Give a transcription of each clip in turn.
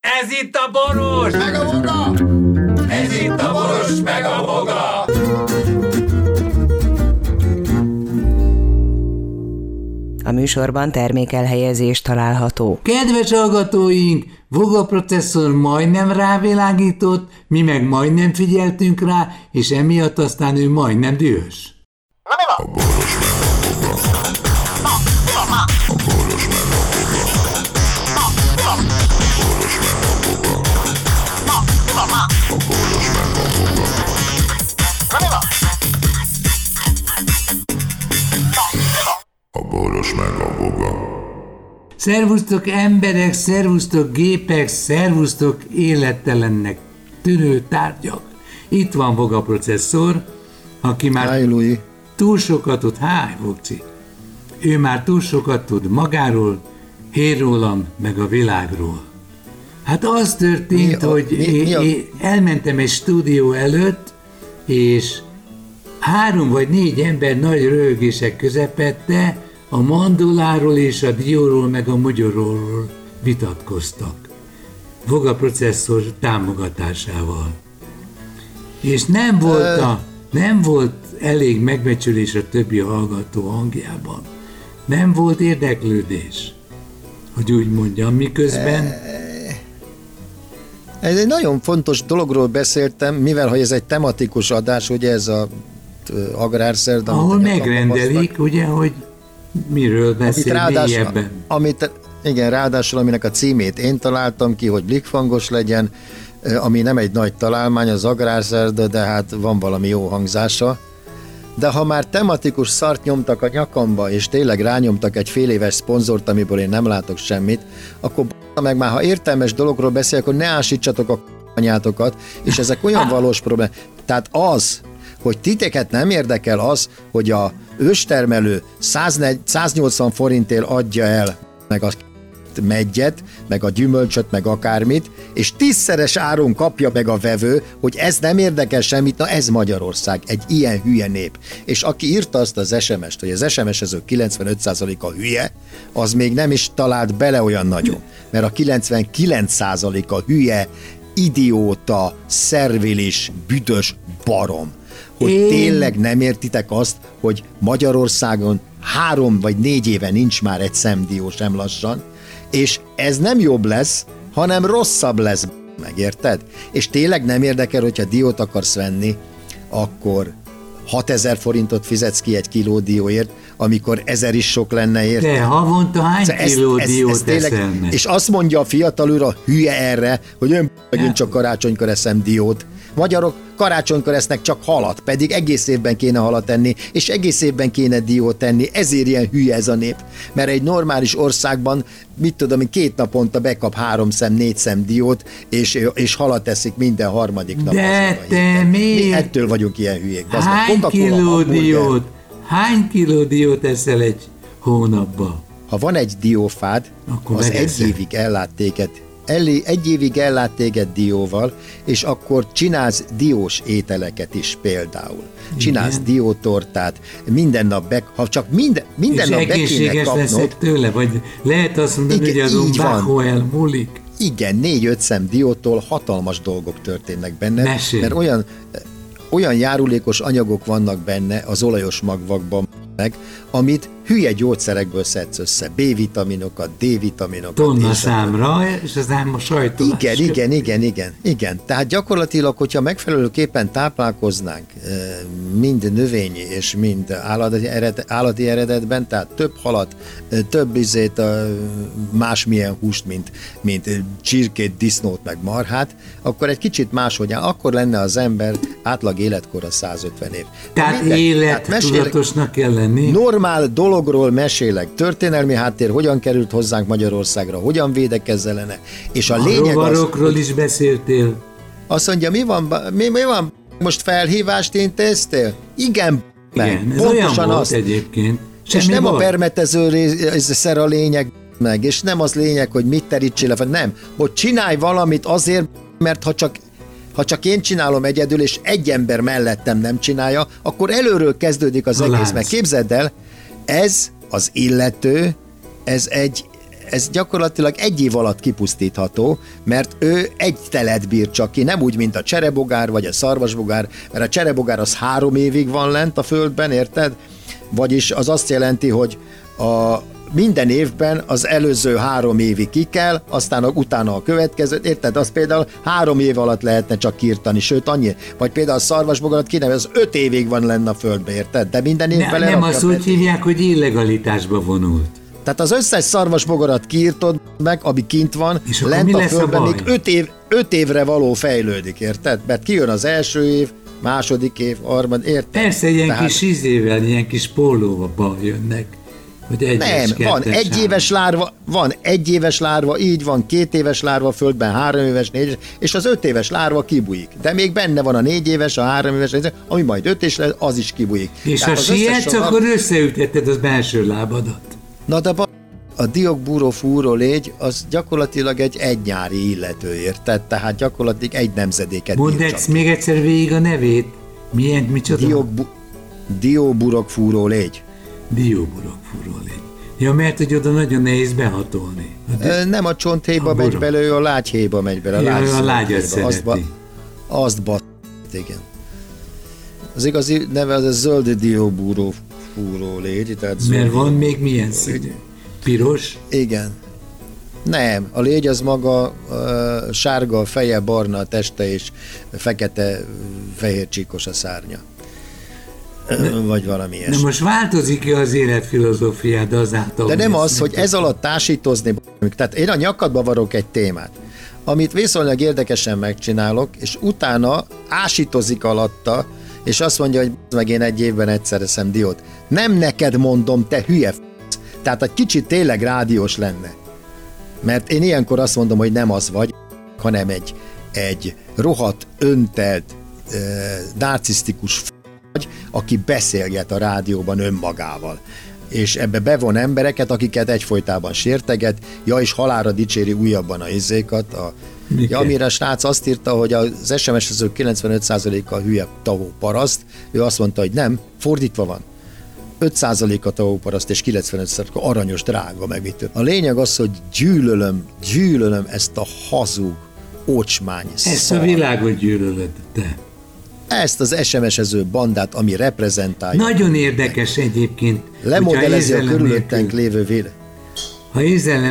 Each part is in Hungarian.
Ez itt a Boros! Meg a Boga! Ez itt a Boros, meg a Boga! A műsorban termékelhelyezés található. Kedves hallgatóink, Voga processzor majdnem rávilágított, mi meg majdnem figyeltünk rá, és emiatt aztán ő majdnem dühös. Na mi van? A Boros meg a Boga. Na, mi van már? A Boros meg a Boga. Na, mi van? A Boros meg a Boga. Na, mi van már? A Boros meg a Boga. Na mi van? Na, mi van? A Boros meg a Boga. Szervusztok emberek, szervusztok gépek, szervusztok élettelennek tűnő tárgyak. Itt van Voga processzor, aki már túl sokat tud, Vokci. Ő már túl sokat tud magáról, én rólam, meg a világról. Hát az történt, hogy elmentem egy stúdió előtt, és 3 vagy 4 ember nagy röhögések közepette a mandoláról és a dióról meg a mogyoróról vitatkoztak. Voga processzor támogatásával. És nem volt elég megbecsülés a többi hallgató hangjában. Nem volt érdeklődés, hogy úgy mondjam, miközben... Ez egy nagyon fontos dologról beszéltem, mivel hogy ez egy tematikus adás, ugye ez a agrárszerda. Ahol megrendelik, ugye, hogy miről beszél mélyebben. Igen, ráadásul aminek a címét én találtam ki, hogy blikfangos legyen, ami nem egy nagy találmány, az agrárszerda, de hát van valami jó hangzása. De ha már tematikus szart nyomtak a nyakamba, és tényleg rányomtak egy fél éves szponzort, amiből én nem látok semmit, akkor meg már, ha értelmes dologról beszél, akkor ne ásítsatok a anyátokat, és ezek olyan valós problémák. Tehát az, hogy titeket nem érdekel az, hogy a őstermelő 180 forintért adja el meg a meggyet, meg a gyümölcsöt, meg akármit, és 10-szeres áron kapja meg a vevő, hogy ez nem érdekel semmit, na ez Magyarország, egy ilyen hülye nép. És aki írta azt az SMS-t, hogy az SMS-ezők 95%-a hülye, az még nem is talált bele olyan nagyon, mert a 99%-a hülye, idióta, szervilis, büdös barom. Hogy tényleg nem értitek azt, hogy Magyarországon 3 vagy 4 éve nincs már egy szemdió sem lassan, és ez nem jobb lesz, hanem rosszabb lesz, megérted? És tényleg nem érdekel, hogyha diót akarsz venni, akkor 6000 forintot fizetsz ki egy kiló dióért, amikor 1000 is sok lenne, érted? De havonta hány kiló diót tényleg, és azt mondja a fiatal úr, a hülye erre, hogy én csak karácsonykor eszem diót. Magyarok karácsonykor esznek csak halat, pedig egész évben kéne halat enni, és egész évben kéne diót tenni, ezért ilyen hülye ez a nép. Mert egy normális országban, mit tudom, 2 naponta bekap 3 szem, 4 szem diót, és halat eszik minden harmadik nap. De te miért? Mi ettől vagyunk ilyen hülyék. Hány kiló diót eszel egy hónapban? Ha van egy diófád, akkor az egy évig ellát téged dióval, és akkor csinálsz diós ételeket is például. Csinálsz diótortát, minden nap ha csak minden nap be kéne kapnod. Leszek tőle, vagy lehet azt mondani, hogy azon bárhol elmúlik? Igen, 4-5 szem diótól hatalmas dolgok történnek benne, mert olyan járulékos anyagok vannak benne az olajos magvakban, amit hülye gyógyszerekből szedsz össze, B-vitaminokat, D-vitaminokat. Tonna számra, és az ám a sajtolás. Igen. Tehát gyakorlatilag, hogyha megfelelőképpen táplálkoznánk mind növényi és mind állati eredetben, tehát több halat, több másmilyen húst, mint csirkét, disznót, meg marhát, akkor egy kicsit máshogy akkor lenne az ember átlag életkora 150 év. Tehát élettudatosnak kell lenni. Normál dologról mesélek, történelmi háttér, hogyan került hozzánk Magyarországra, hogyan védekezz ellene, és a lényeg az... rovarokról is beszéltél. Azt mondja, mi van? Most felhívást intéztél? Igen, ez olyan volt egyébként. És nem a permetezőszer a lényeg, meg, és nem az lényeg, hogy mit terítsél le, nem, hogy csinálj valamit azért, mert ha csak én csinálom egyedül, és egy ember mellettem nem csinálja, akkor előről kezdődik az egész. Meg képzeld el, ez az illető, ez ez gyakorlatilag 1 év alatt kipusztítható, mert ő egy telet bír csak ki, nem úgy, mint a cserebogár vagy a szarvasbogár, mert a cserebogár az 3 évig van lent a földben, érted? Vagyis az azt jelenti, hogy minden évben az előző 3 évig ki kell, aztán utána a következő, érted? Az például 3 év alatt lehetne csak kiirtani, sőt annyi. Vagy például a szarvasbogarat kinevez, az 5 évig van lenne a földbe, érted? De minden évben nem azt úgy hívják, hogy illegalitásba vonult. Tehát az összes szarvasbogarat kiirtod meg, ami kint van, és lent a földben még 5 évre való fejlődik, érted? Mert kijön az első év, második év, harmad, érted? Persze, ilyen kis izével, ilyen kis pólóba jönnek. Nem, van 1 éves lárva, így van 2 éves lárva a földben, 3 éves, 4 éves, és az 5 éves lárva kibújik. De még benne van a 4 éves, a 3 éves, ami majd 5 éves lesz, az is kibújik. És ha sietsz, akkor összeütetted az belső lábadat. Na de a diokburofúró légy, az gyakorlatilag egy nyári illető, érted? Tehát gyakorlatilag egy nemzedéket mondd még egyszer végig a nevét. Micsoda? Dióburokfúró légy. Dióburokfúró légy. Ja, mert hogy oda nagyon nehéz behatolni. Nem a csonthéjba megy bele, ő a lágyhéjba megy bele. A lágyat szereti. Azt igen. Az igazi neve az a zöld dióburokfúró légy. Mert van még milyen színű? Piros? Igen. Nem, a légy az maga sárga a feje, barna a teste és fekete-fehér csíkos a szárnya. Vagy valami ilyesmi. De most változik-e az életfilozófiád azáltal? De nem az, hogy ez alatt társítozni. Tehát én a nyakadba varok egy témát, amit viszonylag érdekesen megcsinálok, és utána ásítozik alatta, és azt mondja, hogy meg én 1 évben egyszer eszem diót. Nem neked mondom, te hülye Tehát egy kicsit tényleg rádiós lenne. Mert én ilyenkor azt mondom, hogy nem az vagy, hanem egy rohadt, öntelt, narcisztikus vagy, aki beszélget a rádióban önmagával. És ebbe bevon embereket, akiket egyfolytában sérteget, és halálra dicséri újabban a izékat. Amire a srác azt írta, hogy az SMS-ezők 95%-a hülye tavó paraszt, ő azt mondta, hogy nem, fordítva van. 5%-a tavóparaszt és 95%-a aranyos, drága, meg mit. A lényeg az, hogy gyűlölöm ezt a hazug, ocsmány szar. Ezt a világot gyűlölöd, te. Ezt az SMS-ező bandát, ami reprezentálja. Nagyon érdekes egyébként. Lemodellezi a körülöttünk lévő véle. Ha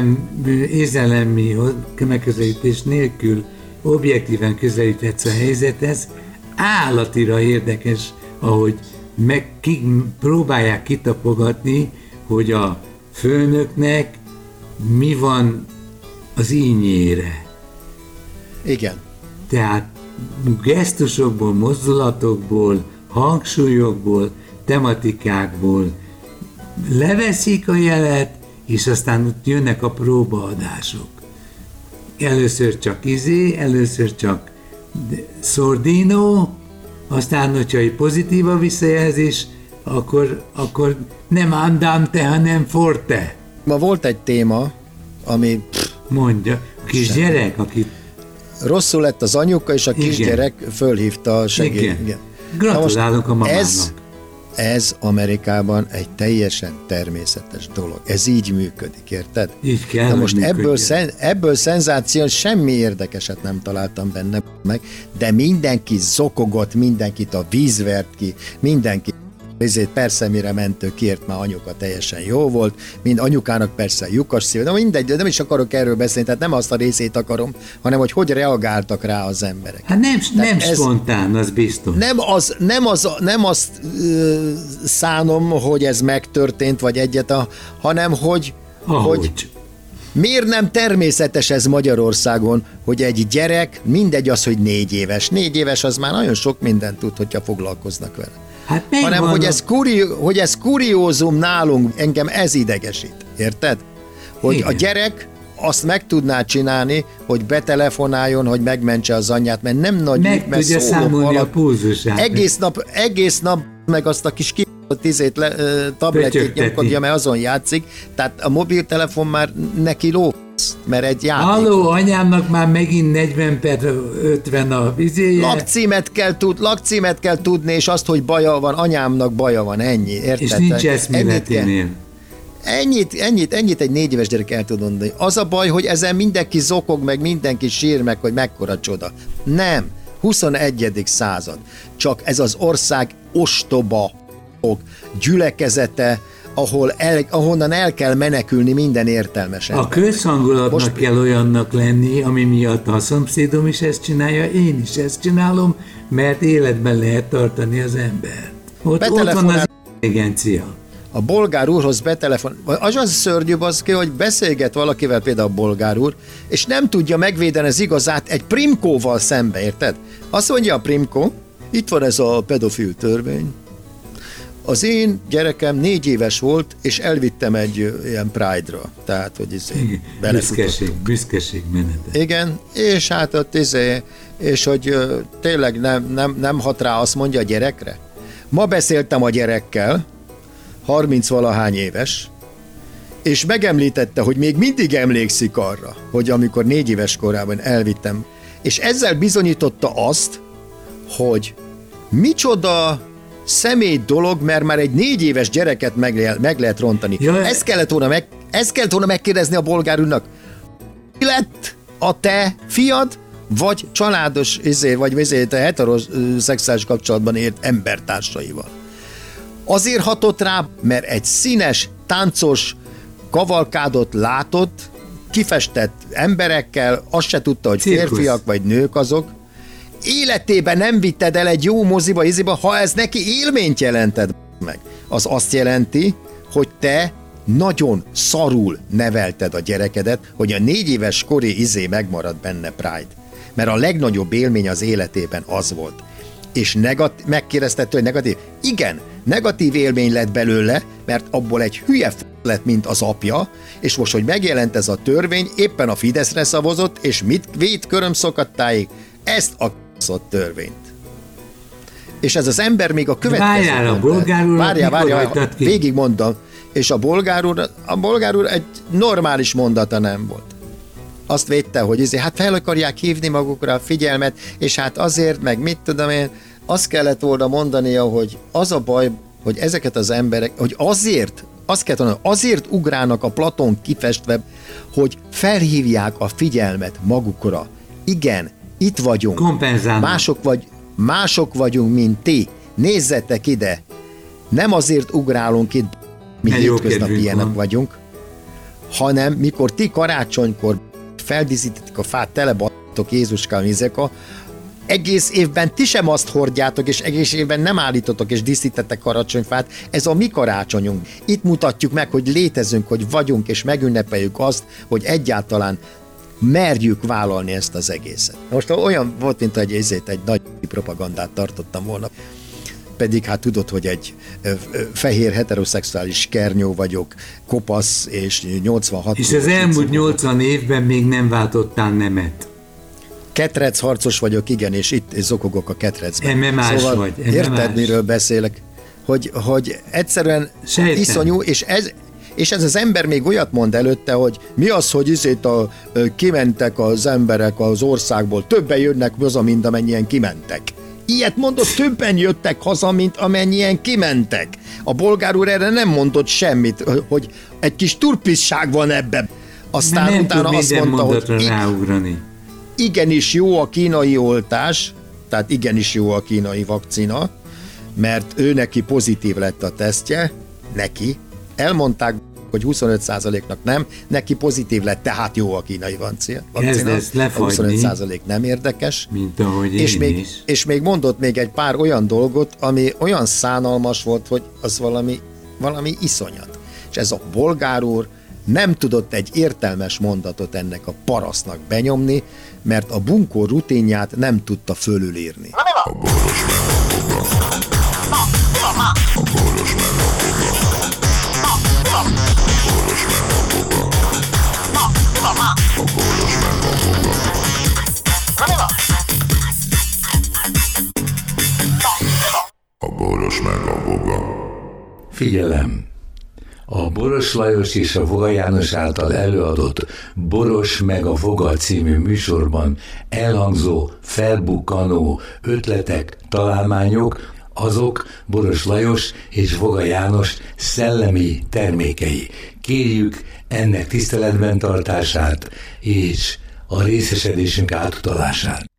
érzelemi megközelítés nélkül objektíven közelíthetsz a helyzethez, állatira érdekes, ahogy próbálják kitapogatni, hogy a főnöknek mi van az ínyére. Igen. Tehát gesztusokból, mozdulatokból, hangsúlyokból, tematikákból leveszik a jelet, és aztán ott jönnek a próbaadások. Először csak Sordino, aztán, hogyha egy pozitív a visszajelzés, akkor nem andante, hanem forte. Ma volt egy téma, ami... Mondja, a kisgyerek, aki... Rosszul lett az anyuka, és a kisgyerek fölhívta a segélyt. Igen. Gratulálok a mamának. Ez Amerikában egy teljesen természetes dolog. Ez így működik, érted? Így kell, na most ebből szenzáció, semmi érdekeset nem találtam benne meg, de mindenki zokogott, mindenkit a víz vert ki, mindenki persze mire mentő kiért, már anyuka teljesen jó volt, mind anyukának persze lyukas szív, de mindegy, de nem is akarok erről beszélni, tehát nem azt a részét akarom, hanem hogy reagáltak rá az emberek. Hát nem spontán, az biztos. Nem azt szánom, hogy ez megtörtént, vagy egyet, hanem hogy miért nem természetes ez Magyarországon, hogy egy gyerek, mindegy az, hogy 4 éves. 4 éves az már nagyon sok mindent tud, hogyha foglalkoznak vele. Hát hanem, hogy ez kuriózum nálunk, engem ez idegesít. Érted? Hogy igen. A gyerek azt meg tudná csinálni, hogy betelefonáljon, hogy megmentse az anyját, mert nem nagy meg tudja számolni a pulzusát. Egész nap meg azt a kis tabletét nyomkodja, mert azon játszik, tehát a mobiltelefon már neki ló, mert egy játék. Halló, anyámnak már megint 40/50 a vizéje. Lakcímet kell tudni, és azt, hogy baja van, anyámnak baja van, ennyi. Érted? És nincs eszméleténél. Ennyit egy 4 éves gyerek el tud mondani. Az a baj, hogy ezen mindenki zokog, meg mindenki sír meg, hogy mekkora csoda. Nem. 21. század. Csak ez az ország ostoba gyülekezete, ahonnan el kell menekülni minden értelmes ember. A közhangulatnak kell olyannak lenni, ami miatt a szomszédom is ezt csinálja, én is ezt csinálom, mert életben lehet tartani az embert. Ott van az intelligencia. A bolgár úrhoz az szörnyűbb az ki, hogy beszélget valakivel, például a bolgár úr, és nem tudja megvédeni az igazát egy Primkóval szembe, érted? Azt mondja a Primkó, itt van ez a pedofil törvény. Az én gyerekem 4 éves volt, és elvittem egy ilyen Pride-ra. Tehát, hogy büszkeség menete. Igen, és hát ott és hogy tényleg nem hat rá, azt mondja a gyerekre. Ma beszéltem a gyerekkel, 30-valahány éves, és megemlítette, hogy még mindig emlékszik arra, hogy amikor 4 éves korában elvittem, és ezzel bizonyította azt, hogy micsoda személy dolog, mert már egy 4 éves gyereket meg lehet rontani. Ezt kellett volna megkérdezni a bolgár úrnak. Mi lett a te fiad, vagy családos, vagy heteroszexuális kapcsolatban ért embertársaival? Azért hatott rá, mert egy színes, táncos kavalkádot látott, kifestett emberekkel, azt se tudta, hogy férfiak vagy nők azok. Életében nem vitted el egy jó moziba, ha ez neki élményt jelented meg. Az azt jelenti, hogy te nagyon szarul nevelted a gyerekedet, hogy a 4 éves kori megmarad benne Pride. Mert a legnagyobb élmény az életében az volt. És megkérdezted, hogy negatív? Igen, negatív élmény lett belőle, mert abból egy hülye lett, mint az apja, és most, hogy megjelent ez a törvény, éppen a Fideszre szavazott, és mit véd körömszakadtáig? Ezt a törvényt. És ez az ember még a következő... Várjál, végigmondom. És a bolgár úr egy normális mondata nem volt. Azt védte, hogy hát fel akarják hívni magukra a figyelmet, és hát azért, meg mit tudom én, azt kellett volna mondania, hogy az a baj, hogy ezeket az emberek, hogy azért ugrálnak a Platón kifestve, hogy felhívják a figyelmet magukra. Igen, itt vagyunk. Mások vagyunk, mint ti. Nézzetek ide. Nem azért ugrálunk itt, mi hétköznapilyenek vagyunk, hanem mikor ti karácsonykor feldíszítetek a fát, telebattok Jézuskám Izeka, egész évben ti sem azt hordjátok, és egész évben nem állítotok és díszítettek karácsonyfát, ez a mi karácsonyunk. Itt mutatjuk meg, hogy létezünk, hogy vagyunk, és megünnepeljük azt, hogy egyáltalán merjük vállalni ezt az egészet. Most olyan volt, mint egy nagy propagandát tartottam volna. Pedig hát tudod, hogy egy fehér heteroszexuális kernyó vagyok, kopasz, és 86... És az elmúlt 80 évben még nem váltottál nemet. Ketrec harcos vagyok, igen, és itt zokogok a ketrecben. MMA-s szóval vagy. Érted, miről beszélek? Hogy egyszerűen sejtem. Iszonyú, és ez az ember még olyat mond előtte, hogy mi az, hogy kimentek az emberek az országból, többen jönnek haza, mint amennyien kimentek. Ilyet mondott, többen jöttek haza, mint amennyien kimentek. A bolgár úr erre nem mondott semmit, hogy egy kis turpisság van ebben. Aztán nem utána azt mondta, hogy igenis jó a kínai oltás, tehát igenis jó a kínai vakcina, mert ő neki pozitív lett a tesztje, elmondták, hogy 25%-nak nem, neki pozitív lett, tehát jó a kínai vakcina. A 25% nem érdekes. Mint ahogy és még mondott még egy pár olyan dolgot, ami olyan szánalmas volt, hogy az valami iszonyat. És ez a bolgár úr nem tudott egy értelmes mondatot ennek a parasztnak benyomni, mert a bunkó rutinját nem tudta fölülírni. A boros meg a boga. Figyelem! A Boros Lajos és a Voga János által előadott Boros meg a Voga című műsorban elhangzó, felbukkanó ötletek, találmányok azok Boros Lajos és Voga János szellemi termékei. Kérjük ennek tiszteletben tartását és a részesedésünk átutalását.